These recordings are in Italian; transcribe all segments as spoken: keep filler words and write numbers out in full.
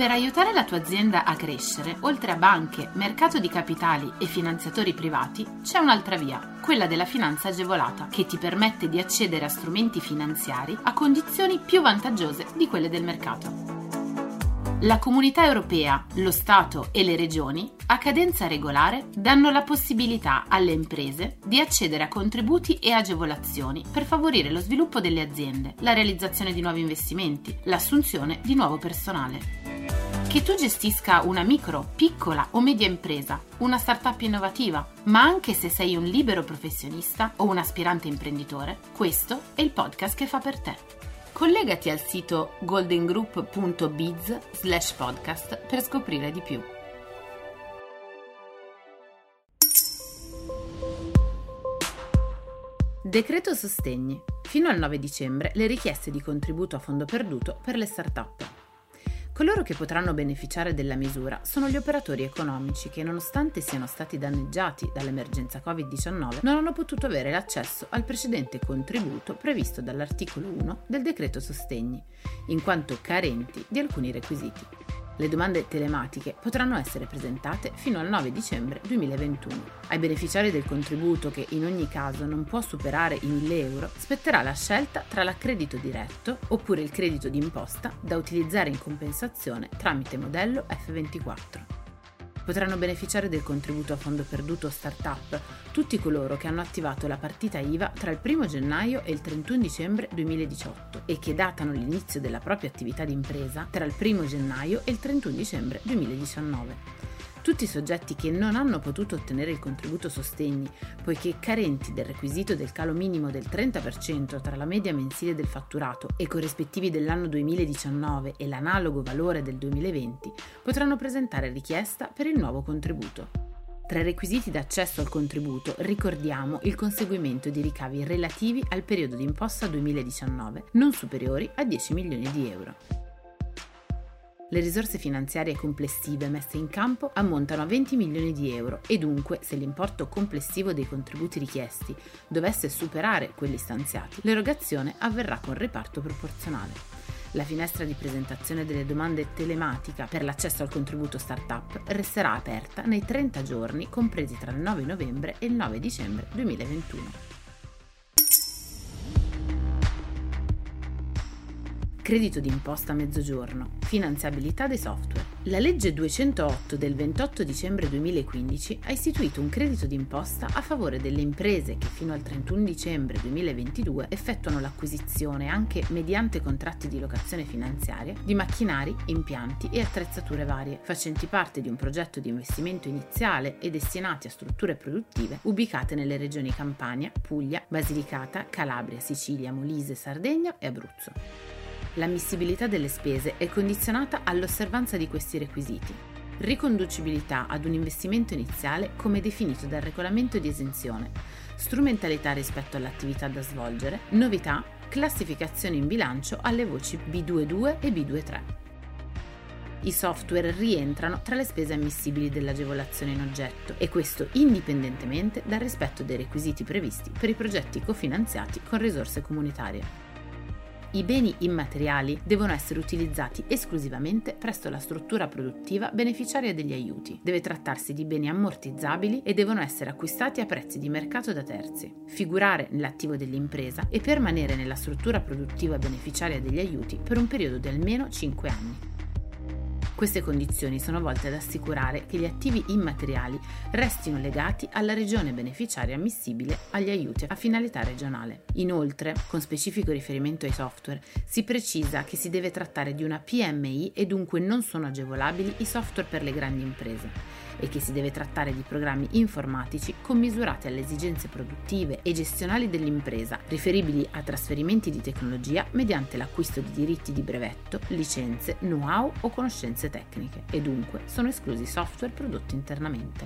Per aiutare la tua azienda a crescere, oltre a banche, mercato di capitali e finanziatori privati, c'è un'altra via, quella della finanza agevolata, che ti permette di accedere a strumenti finanziari a condizioni più vantaggiose di quelle del mercato. La Comunità Europea, lo Stato e le Regioni, a cadenza regolare, danno la possibilità alle imprese di accedere a contributi e agevolazioni per favorire lo sviluppo delle aziende, la realizzazione di nuovi investimenti, l'assunzione di nuovo personale. Che tu gestisca una micro, piccola o media impresa, una startup innovativa, ma anche se sei un libero professionista o un aspirante imprenditore, questo è il podcast che fa per te. Collegati al sito goldengroup punto biz slash podcast per scoprire di più. Decreto sostegni. Fino al nove dicembre le richieste di contributo a fondo perduto per le start-up. Coloro che potranno beneficiare della misura sono gli operatori economici che, nonostante siano stati danneggiati dall'emergenza covid diciannove, non hanno potuto avere l'accesso al precedente contributo previsto dall'articolo uno del decreto sostegni, in quanto carenti di alcuni requisiti. Le domande telematiche potranno essere presentate fino al nove dicembre duemilaventuno. Ai beneficiari del contributo, che in ogni caso non può superare i mille euro, spetterà la scelta tra l'accredito diretto oppure il credito d'imposta da utilizzare in compensazione tramite modello F ventiquattro. Potranno beneficiare del contributo a fondo perduto startup tutti coloro che hanno attivato la partita I V A tra il primo gennaio e il trentuno dicembre duemiladiciotto e che datano l'inizio della propria attività di impresa tra il primo gennaio e il trentuno dicembre duemiladiciannove. Tutti i soggetti che non hanno potuto ottenere il contributo sostegni, poiché carenti del requisito del calo minimo del trenta per cento tra la media mensile del fatturato e corrispettivi dell'anno duemiladiciannove e l'analogo valore del duemilaventi, potranno presentare richiesta per il nuovo contributo. Tra i requisiti d'accesso al contributo ricordiamo il conseguimento di ricavi relativi al periodo di imposta duemiladiciannove non superiori a dieci milioni di euro. Le risorse finanziarie complessive messe in campo ammontano a venti milioni di euro e dunque, se l'importo complessivo dei contributi richiesti dovesse superare quelli stanziati, l'erogazione avverrà con riparto proporzionale. La finestra di presentazione delle domande telematica per l'accesso al contributo startup resterà aperta nei trenta giorni compresi tra il nove novembre e il nove dicembre duemilaventuno. Credito d'imposta a mezzogiorno, finanziabilità dei software. La legge duecentootto del ventotto dicembre duemilaquindici ha istituito un credito d'imposta a favore delle imprese che fino al trentuno dicembre duemilaventidue effettuano l'acquisizione, anche mediante contratti di locazione finanziaria, di macchinari, impianti e attrezzature varie, facenti parte di un progetto di investimento iniziale e destinati a strutture produttive ubicate nelle regioni Campania, Puglia, Basilicata, Calabria, Sicilia, Molise, Sardegna e Abruzzo. L'ammissibilità delle spese è condizionata all'osservanza di questi requisiti. Riconducibilità ad un investimento iniziale come definito dal regolamento di esenzione, strumentalità rispetto all'attività da svolgere, novità, classificazione in bilancio alle voci B ventidue e B ventitré. I software rientrano tra le spese ammissibili dell'agevolazione in oggetto e questo indipendentemente dal rispetto dei requisiti previsti per i progetti cofinanziati con risorse comunitarie. I beni immateriali devono essere utilizzati esclusivamente presso la struttura produttiva beneficiaria degli aiuti. Deve trattarsi di beni ammortizzabili e devono essere acquistati a prezzi di mercato da terzi, figurare nell'attivo dell'impresa e permanere nella struttura produttiva beneficiaria degli aiuti per un periodo di almeno cinque anni. Queste condizioni sono volte ad assicurare che gli attivi immateriali restino legati alla regione beneficiaria ammissibile agli aiuti a finalità regionale. Inoltre, con specifico riferimento ai software, si precisa che si deve trattare di una P M I e dunque non sono agevolabili i software per le grandi imprese e che si deve trattare di programmi informatici commisurati alle esigenze produttive e gestionali dell'impresa, riferibili a trasferimenti di tecnologia mediante l'acquisto di diritti di brevetto, licenze, know-how o conoscenze tecniche e dunque sono esclusi software prodotti internamente.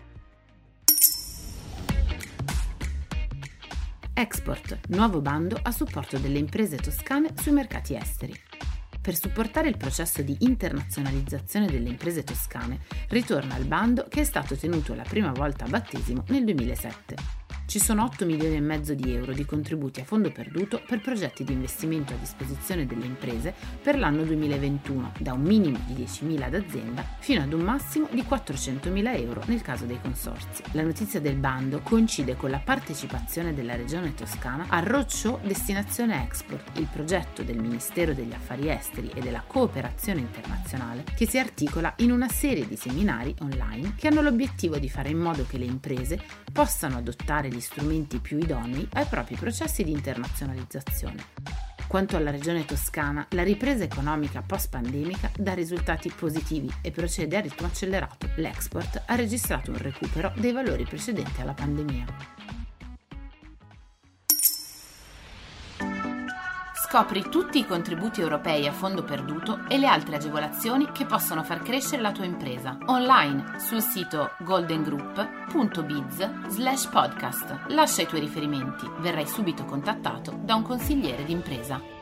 Export, nuovo bando a supporto delle imprese toscane sui mercati esteri. Per supportare il processo di internazionalizzazione delle imprese toscane, ritorna il bando che è stato tenuto la prima volta a battesimo nel duemilasette. Ci sono otto milioni e mezzo di euro di contributi a fondo perduto per progetti di investimento a disposizione delle imprese per l'anno duemilaventuno, da un minimo di diecimila ad azienda fino ad un massimo di quattrocentomila euro nel caso dei consorzi. La notizia del bando coincide con la partecipazione della Regione Toscana al Roadshow Destinazione Export, il progetto del Ministero degli Affari Esteri e della Cooperazione Internazionale che si articola in una serie di seminari online che hanno l'obiettivo di fare in modo che le imprese possano adottare gli strumenti più idonei ai propri processi di internazionalizzazione. Quanto alla regione toscana, la ripresa economica post-pandemica dà risultati positivi e procede a ritmo accelerato. L'export ha registrato un recupero dei valori precedenti alla pandemia. Scopri tutti i contributi europei a fondo perduto e le altre agevolazioni che possono far crescere la tua impresa online sul sito goldengroup punto biz slash podcast. Lascia i tuoi riferimenti, verrai subito contattato da un consigliere d'impresa.